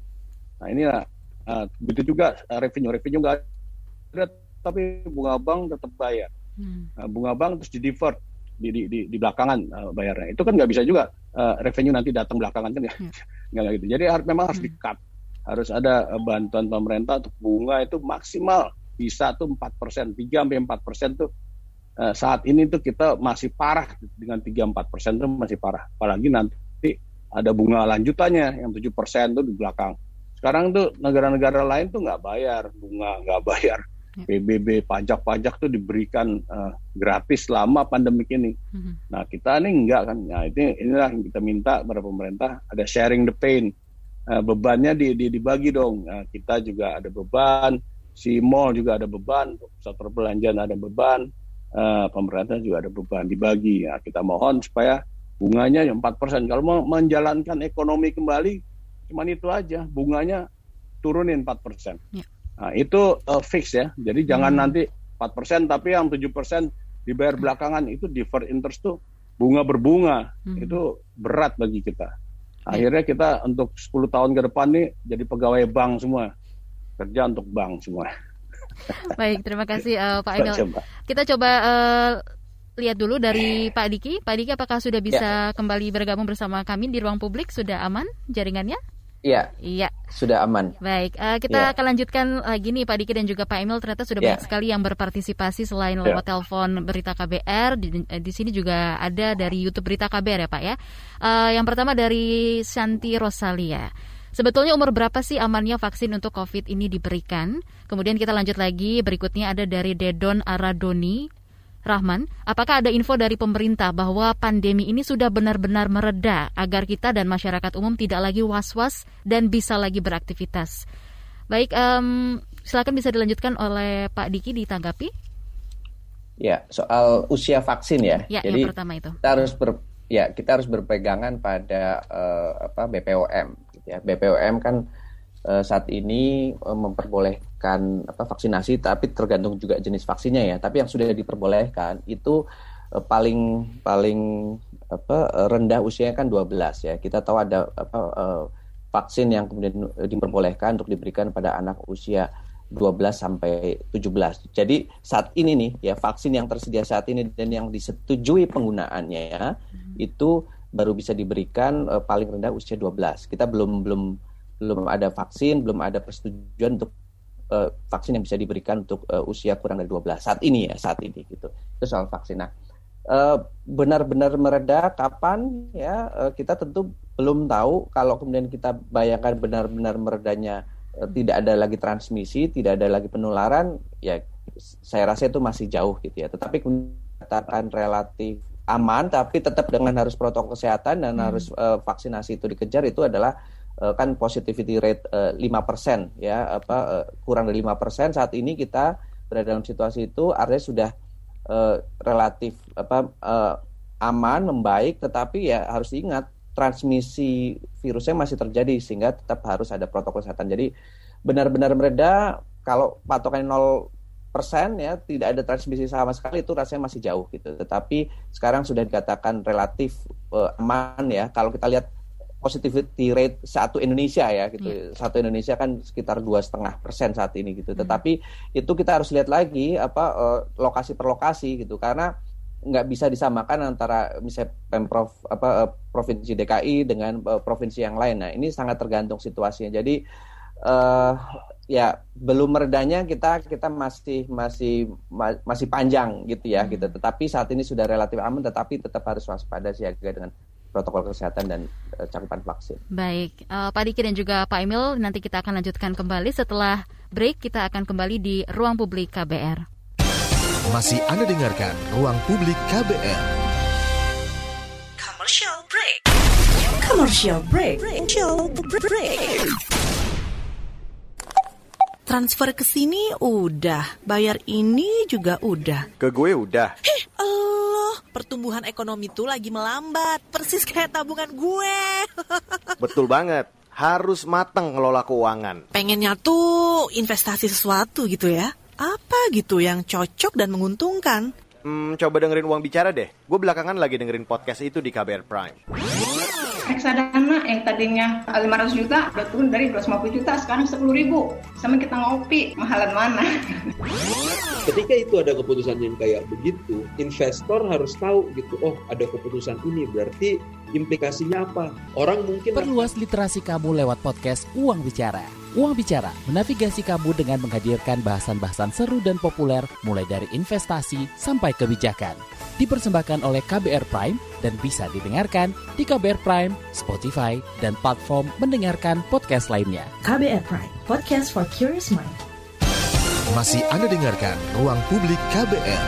Nah inilah uh, begitu juga uh, revenue revenue nggak ada, tapi bunga bank tetap bayar. Hmm. Uh, bunga bank terus di divert di, di, di, di belakangan uh, bayarnya. Itu kan nggak bisa juga uh, revenue nanti datang belakangan kan ya. Hmm. nggak gitu. Jadi har- memang harus hmm. di-cut. Harus ada uh, bantuan pemerintah untuk bunga itu maksimal bisa tuh empat persen, tiga sampai empat persen tuh uh, saat ini tuh kita masih parah dengan tiga sampai empat persen tuh masih parah. Apalagi nanti ada bunga lanjutannya yang tujuh persen tuh di belakang. Sekarang tuh negara-negara lain tuh nggak bayar bunga, nggak bayar P B B, pajak-pajak tuh diberikan uh, gratis selama pandemik ini. Mm-hmm. Nah kita ini enggak kan. Nah ini inilah yang kita minta kepada pemerintah, ada sharing the pain. Uh, bebannya di, di, dibagi dong. Nah, kita juga ada beban, si mall juga ada beban, pusat perbelanjaan ada beban, uh, pemerintah juga ada beban, dibagi. Nah, kita mohon supaya bunganya yang empat persen. Kalau mau menjalankan ekonomi kembali, cuman itu aja, bunganya turunin empat persen. Yeah. Nah, itu uh, fix ya. Jadi hmm. jangan nanti empat persen tapi yang tujuh persen dibayar belakangan, itu deferred interest tuh bunga berbunga. Hmm. Itu berat bagi kita. Akhirnya kita untuk sepuluh tahun ke depan nih jadi pegawai bank semua. Kerja untuk bank semua. Baik, terima kasih uh, Pak Emil. Coba. Kita coba uh, lihat dulu dari Pak Diki. Pak Diki, apakah sudah bisa ya. kembali bergabung bersama kami di ruang publik? Sudah aman jaringannya? Iya. Iya. Sudah aman. Baik, uh, kita ya. akan lanjutkan lagi nih Pak Diki dan juga Pak Emil. Ternyata sudah ya. banyak sekali yang berpartisipasi selain lewat ya. telepon Berita K B R. Di, di sini juga ada dari YouTube Berita K B R ya Pak ya. Uh, yang pertama dari Santi Rosalia. Sebetulnya umur berapa sih amannya vaksin untuk COVID ini diberikan? Kemudian kita lanjut lagi. Berikutnya ada dari Dedon Aradoni Rahman, apakah ada info dari pemerintah bahwa pandemi ini sudah benar-benar mereda agar kita dan masyarakat umum tidak lagi was-was dan bisa lagi beraktivitas? Baik, um, silakan bisa dilanjutkan oleh Pak Diki ditanggapi. Ya, soal usia vaksin ya. Ya, Jadi yang pertama itu. Kita harus ber, ya kita harus berpegangan pada uh, apa B P O M. Gitu ya. B P O M kan uh, saat ini uh, memperbolehkan apa vaksinasi, tapi tergantung juga jenis vaksinnya ya. Tapi yang sudah diperbolehkan itu uh, paling paling apa rendah usianya kan dua belas ya. Kita tahu ada apa uh, vaksin yang kemudian diperbolehkan untuk diberikan pada anak usia dua belas sampai tujuh belas. Jadi saat ini nih ya vaksin yang tersedia saat ini dan yang disetujui penggunaannya ya, hmm. itu baru bisa diberikan uh, paling rendah usia dua belas. Kita belum belum belum ada vaksin, belum ada persetujuan untuk Uh, vaksin yang bisa diberikan untuk uh, usia kurang dari dua belas saat ini ya saat ini gitu. Itu soal vaksin. Nah, uh, benar-benar mereda kapan ya uh, kita tentu belum tahu. Kalau kemudian kita bayangkan benar-benar meredanya uh, tidak ada lagi transmisi, tidak ada lagi penularan, ya saya rasa itu masih jauh gitu ya. Tetapi katakan relatif aman, tapi tetap dengan harus protokol kesehatan dan hmm. harus uh, vaksinasi itu dikejar, itu adalah kan positivity rate uh, lima persen ya apa uh, kurang dari lima persen saat ini kita berada dalam situasi itu, artinya sudah uh, relatif apa uh, aman, membaik, tetapi ya harus diingat transmisi virusnya masih terjadi sehingga tetap harus ada protokol kesehatan. Jadi benar-benar mereda kalau patokannya nol persen ya tidak ada transmisi sama sekali, itu rasanya masih jauh gitu. Tetapi sekarang sudah dikatakan relatif uh, aman ya. Kalau kita lihat positivity rate satu Indonesia ya gitu, yeah. satu Indonesia kan sekitar dua setengah persen saat ini gitu. Hmm. Tetapi itu kita harus lihat lagi apa uh, lokasi per lokasi gitu, karena nggak bisa disamakan antara misalnya pemprov apa uh, provinsi D K I dengan uh, provinsi yang lain. Nah ini sangat tergantung situasinya. Jadi uh, ya belum meredanya kita kita masih masih ma- masih panjang gitu ya hmm. gitu. Tetapi saat ini sudah relatif aman, tetapi tetap harus waspada siaga dengan protokol kesehatan dan uh, cakupan vaksin. Baik, uh, Pak Diki dan juga Pak Emil, nanti kita akan lanjutkan kembali setelah break. Kita akan kembali di Ruang Publik K B R. Masih Anda dengarkan Ruang Publik K B R. Commercial break. Commercial break. Commercial break. Transfer ke sini udah, bayar ini juga udah. Ke gue udah. Heh, Allah, pertumbuhan ekonomi tuh lagi melambat, persis kayak tabungan gue. Betul banget, harus matang ngelola keuangan. Pengennya tuh investasi sesuatu gitu ya. Apa gitu yang cocok dan menguntungkan? Hmm, coba dengerin Uang Bicara deh. Gue belakangan lagi dengerin podcast itu di K B R Prime. Reksadana yang tadinya lima ratus juta udah turun dari dua ratus lima puluh juta, sekarang sepuluh ribu. Sama kita ngopi, mahalan mana? Ketika itu ada keputusan yang kayak begitu, investor harus tahu gitu, oh ada keputusan ini, berarti implikasinya apa? Orang mungkin... Perluas literasi kamu lewat podcast Uang Bicara. Uang Bicara menavigasi kamu dengan menghadirkan bahasan-bahasan seru dan populer mulai dari investasi sampai kebijakan. Dipersembahkan oleh K B R Prime dan bisa didengarkan di K B R Prime, Spotify, dan platform mendengarkan podcast lainnya. K B R Prime, podcast for curious mind. Masih Anda dengarkan Ruang Publik K B R.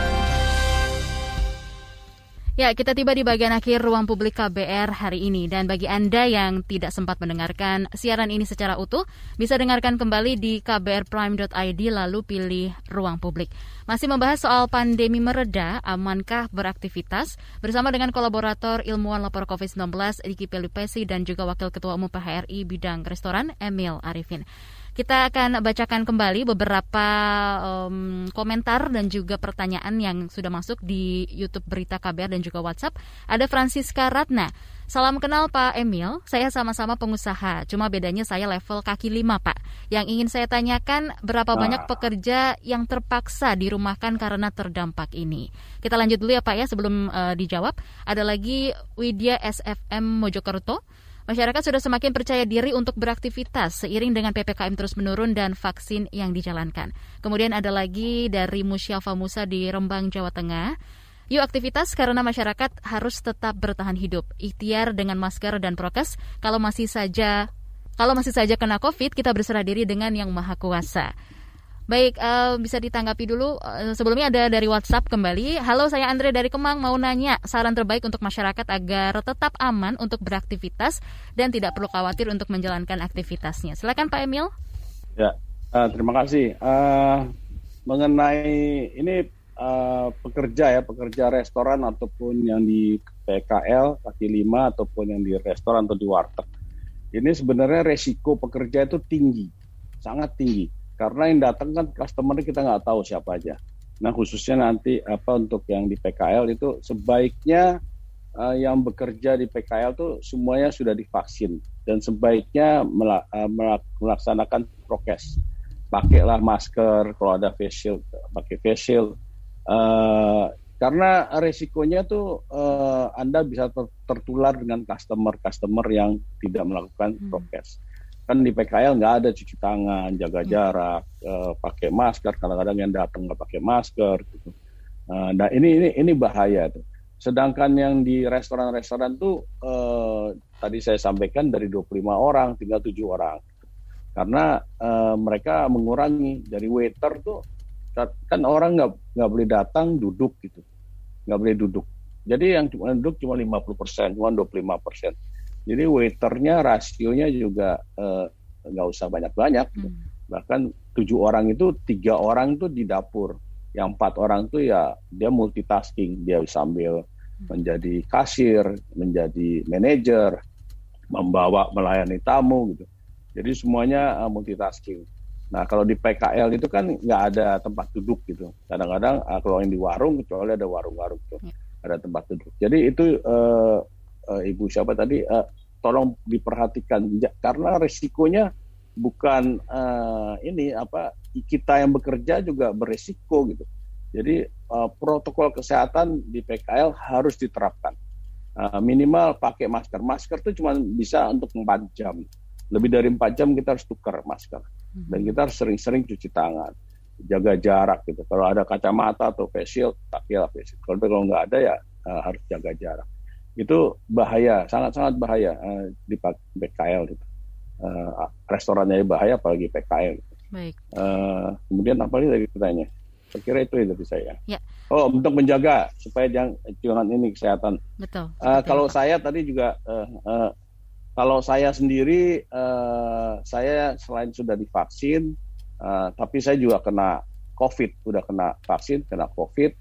Ya, kita tiba di bagian akhir Ruang Publik K B R hari ini. Dan bagi Anda yang tidak sempat mendengarkan siaran ini secara utuh, bisa dengarkan kembali di k b r prime dot i d lalu pilih Ruang Publik. Masih membahas soal pandemi mereda, amankah beraktivitas? Bersama dengan kolaborator ilmuwan lapor covid sembilan belas Diki Pelupesi dan juga Wakil Ketua Umum P H R I Bidang Restoran Emil Arifin. Kita akan bacakan kembali beberapa um, komentar dan juga pertanyaan yang sudah masuk di YouTube Berita K B R dan juga WhatsApp. Ada Francisca Ratna. Salam kenal Pak Emil, saya sama-sama pengusaha, cuma bedanya saya level kaki lima Pak. Yang ingin saya tanyakan, berapa ah. banyak pekerja yang terpaksa dirumahkan karena terdampak ini? Kita lanjut dulu ya Pak ya sebelum uh, dijawab. Ada lagi Widya S F M Mojokerto. Masyarakat sudah semakin percaya diri untuk beraktivitas seiring dengan P P K M terus menurun dan vaksin yang dijalankan. Kemudian ada lagi dari Musyafa Musa di Rembang, Jawa Tengah. Yuk aktivitas karena masyarakat harus tetap bertahan hidup. Ikhtiar dengan masker dan prokes. Kalau masih saja kalau masih saja kena COVID, kita berserah diri dengan Yang Maha Kuasa. Baik, uh, bisa ditanggapi dulu. Uh, sebelumnya ada dari WhatsApp kembali. Halo, saya Andre dari Kemang, mau nanya saran terbaik untuk masyarakat agar tetap aman untuk beraktivitas dan tidak perlu khawatir untuk menjalankan aktivitasnya. Silakan Pak Emil. Ya, uh, terima kasih. Uh, mengenai ini uh, pekerja ya, pekerja restoran ataupun yang di P K L, kaki lima ataupun yang di restoran atau di warteg. Ini sebenarnya resiko pekerja itu tinggi, sangat tinggi. Karena yang datang kan customer kita nggak tahu siapa aja. Nah khususnya nanti apa untuk yang di P K L itu sebaiknya uh, yang bekerja di P K L itu semuanya sudah divaksin dan sebaiknya mela- uh, melaksanakan prokes. Pakailah masker, kalau ada face shield pakai face shield. Uh, karena resikonya tuh uh, Anda bisa ter- tertular dengan customer-customer yang tidak melakukan hmm. prokes. Kan di P K L nggak ada cuci tangan, jaga jarak, uh, pakai masker. Kadang-kadang yang datang nggak pakai masker. Gitu. Uh, nah ini ini ini bahaya tuh. Sedangkan yang di restoran-restoran tuh uh, tadi saya sampaikan dari dua puluh lima orang tinggal tujuh orang. Karena uh, mereka mengurangi dari waiter tuh kan orang nggak nggak boleh datang duduk gitu, nggak boleh duduk. Jadi yang cuma duduk cuma lima puluh persen, cuma dua puluh lima persen. Jadi waiternya rasionya juga nggak uh, usah banyak-banyak. Hmm. Bahkan tujuh orang itu tiga orang itu di dapur, yang empat orang itu ya dia multitasking, dia sambil hmm. menjadi kasir, menjadi manajer, membawa melayani tamu gitu. Jadi semuanya uh, multitasking. Nah kalau di P K L itu kan nggak ada tempat duduk gitu. Kadang-kadang uh, kalau yang di warung kecuali ada warung-warung tuh hmm. ada tempat duduk. Jadi itu uh, Uh, Ibu siapa tadi, uh, tolong diperhatikan ja, karena risikonya bukan uh, ini apa kita yang bekerja juga beresiko gitu. Jadi uh, protokol kesehatan di P K L harus diterapkan. Uh, minimal pakai masker. Masker itu cuma bisa untuk empat jam. Lebih dari empat jam kita harus tukar masker. Dan kita harus sering-sering cuci tangan, jaga jarak gitu. Kalau ada kacamata atau face shield, pakailah face shield. Kalau kalau nggak ada ya uh, harus jaga jarak. Itu bahaya, sangat-sangat bahaya uh, di P K L gitu. Uh, restorannya bahaya apalagi P K L. Gitu. Baik. Uh, kemudian apa lagi tadi pertanyaannya? Saya kira itu ya dari saya. Ya. Oh, untuk menjaga supaya jangan jangan ini kesehatan. Betul. Uh, kalau saya tadi juga uh, uh, kalau saya sendiri uh, saya selain sudah divaksin, uh, tapi saya juga kena COVID, udah kena vaksin, kena COVID.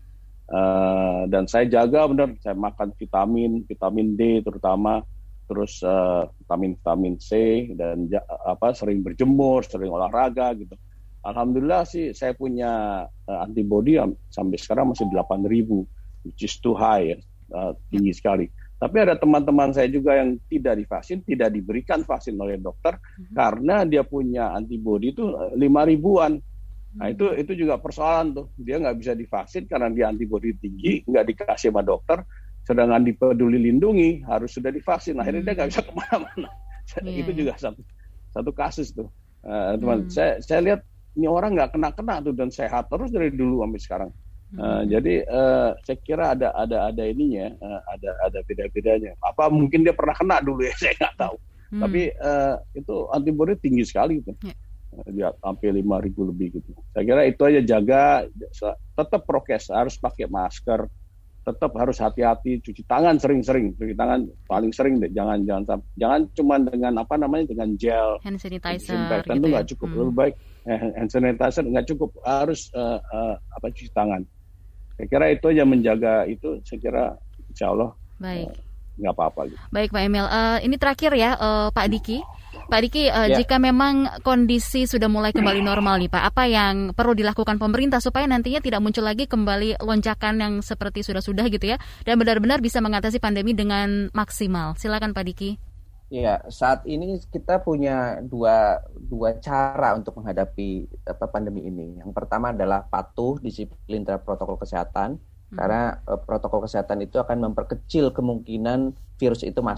Uh, dan saya jaga benar, saya makan vitamin, vitamin D terutama, terus uh, vitamin-vitamin C dan ja, apa sering berjemur, sering olahraga gitu. Alhamdulillah sih saya punya uh, antibody sampai sekarang masih delapan ribu, which is too high ya, uh, tinggi sekali. Tapi ada teman-teman saya juga yang tidak divaksin, tidak diberikan vaksin oleh dokter mm-hmm. karena dia punya antibody itu lima ribuan. Nah itu itu juga persoalan tuh, dia nggak bisa divaksin karena dia antibodi tinggi, nggak dikasih sama dokter, sedangkan di Peduli Lindungi harus sudah divaksin, akhirnya hmm. dia nggak bisa kemana-mana. Yeah. Itu juga satu satu kasus tuh, uh, teman. Hmm. Saya saya lihat ini orang nggak kena-kena tuh dan sehat terus dari dulu sampai sekarang. Uh, hmm. Jadi uh, saya kira ada ada ada ininya, uh, ada ada beda-bedanya. Apa mungkin dia pernah kena dulu ya, saya nggak tahu. Hmm. Tapi uh, itu antibodi tinggi sekali gitu. Yeah. Dia sampai lima ribu lebih gitu. Saya kira itu aja, jaga, tetap prokes, harus pakai masker, tetap harus hati-hati, cuci tangan sering-sering, cuci tangan paling sering deh, jangan jangan jangan cuma dengan apa namanya dengan gel, hand sanitizer, gitu itu nggak ya? cukup, hmm. lebih baik hand sanitizer nggak cukup, harus uh, uh, apa cuci tangan. Saya kira itu aja menjaga itu, saya kira insya Allah baik. Uh, nggak apa-apa gitu. Baik Pak Emil, uh, ini terakhir ya uh, Pak Diki. Pak Diki, uh, ya. jika memang kondisi sudah mulai kembali normal nih Pak, apa yang perlu dilakukan pemerintah supaya nantinya tidak muncul lagi kembali lonjakan yang seperti sudah-sudah gitu ya, dan benar-benar bisa mengatasi pandemi dengan maksimal? Silakan Pak Diki. Ya, saat ini kita punya dua dua cara untuk menghadapi apa, pandemi ini. Yang pertama adalah patuh disiplin terhadap protokol kesehatan, hmm. karena uh, protokol kesehatan itu akan memperkecil kemungkinan virus itu masuk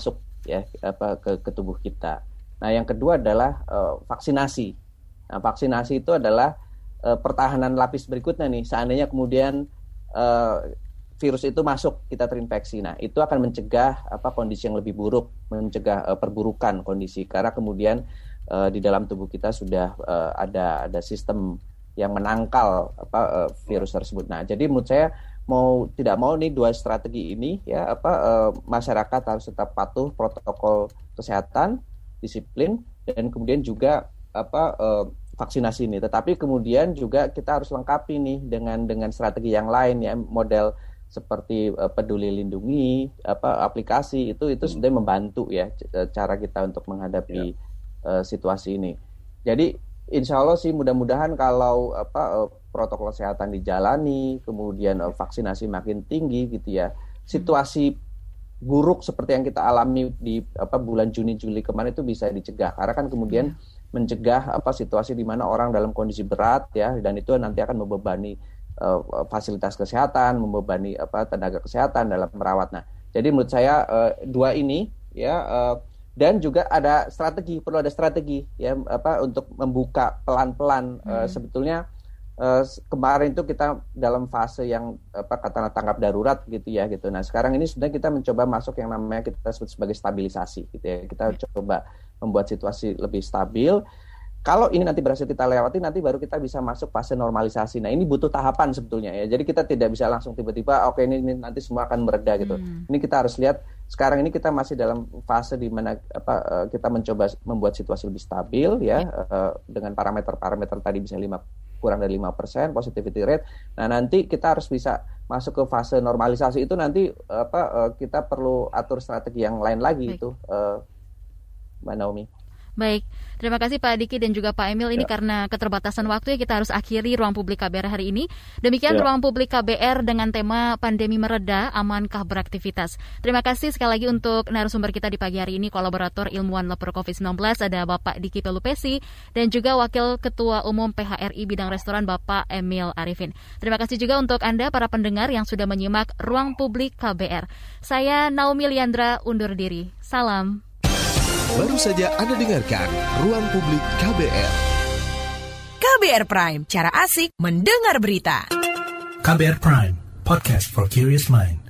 ya apa ke, ke tubuh kita. Nah, yang kedua adalah uh, vaksinasi. Nah, vaksinasi itu adalah uh, pertahanan lapis berikutnya nih. Seandainya kemudian uh, virus itu masuk, kita terinfeksi. Nah, itu akan mencegah apa kondisi yang lebih buruk, mencegah uh, perburukan kondisi. Karena kemudian uh, di dalam tubuh kita sudah uh, ada ada sistem yang menangkal apa uh, virus tersebut. Nah, jadi menurut saya mau tidak mau nih dua strategi ini ya apa uh, masyarakat harus tetap patuh protokol kesehatan, disiplin, dan kemudian juga apa uh, vaksinasi ini. Tetapi kemudian juga kita harus lengkapi nih dengan dengan strategi yang lain ya, model seperti uh, Peduli Lindungi, apa aplikasi itu itu sudah membantu ya cara kita untuk menghadapi ya. uh, situasi ini. Jadi insya Allah sih mudah-mudahan kalau apa uh, protokol kesehatan dijalani, kemudian uh, vaksinasi makin tinggi gitu ya, situasi buruk seperti yang kita alami di apa bulan Juni Juli kemarin itu bisa dicegah, karena kan kemudian hmm. mencegah apa situasi di mana orang dalam kondisi berat ya, dan itu nanti akan membebani uh, fasilitas kesehatan, membebani apa tenaga kesehatan dalam merawat. Nah, jadi menurut saya uh, dua ini ya uh, dan juga ada strategi, perlu ada strategi ya apa untuk membuka pelan-pelan hmm. uh, sebetulnya. Uh, kemarin itu kita dalam fase yang apa katakanlah tanggap darurat gitu ya gitu. Nah sekarang ini sebenarnya kita mencoba masuk yang namanya kita sebut sebagai stabilisasi gitu ya. Kita yeah. coba membuat situasi lebih stabil. Kalau ini nanti berhasil kita lewati, nanti baru kita bisa masuk fase normalisasi. Nah ini butuh tahapan sebetulnya ya. Jadi kita tidak bisa langsung tiba-tiba oke okay, ini, ini nanti semua akan mereda gitu. Hmm. Ini kita harus lihat sekarang ini kita masih dalam fase di mana apa kita mencoba membuat situasi lebih stabil ya uh, dengan parameter-parameter tadi bisa lima kurang dari lima persen positivity rate. Nah, nanti kita harus bisa masuk ke fase normalisasi itu nanti apa uh, kita perlu atur strategi yang lain lagi. Baik. Itu uh, Mbak Naomi. Baik, terima kasih Pak Diki dan juga Pak Emil. Ini Ya. karena keterbatasan waktu ya kita harus akhiri Ruang Publik K B R hari ini. Demikian Ya. Ruang Publik K B R dengan tema pandemi mereda, amankah beraktivitas. Terima kasih sekali lagi untuk narasumber kita di pagi hari ini, kolaborator ilmuwan lapor covid sembilan belas, ada Bapak Diki Pelupesi dan juga Wakil Ketua Umum P H R I Bidang Restoran Bapak Emil Arifin. Terima kasih juga untuk Anda para pendengar yang sudah menyimak Ruang Publik K B R. Saya Naomi Liandra undur diri. Salam. Baru saja Anda dengarkan Ruang Publik K B R. K B R Prime, cara asik mendengar berita. K B R Prime, podcast for curious mind.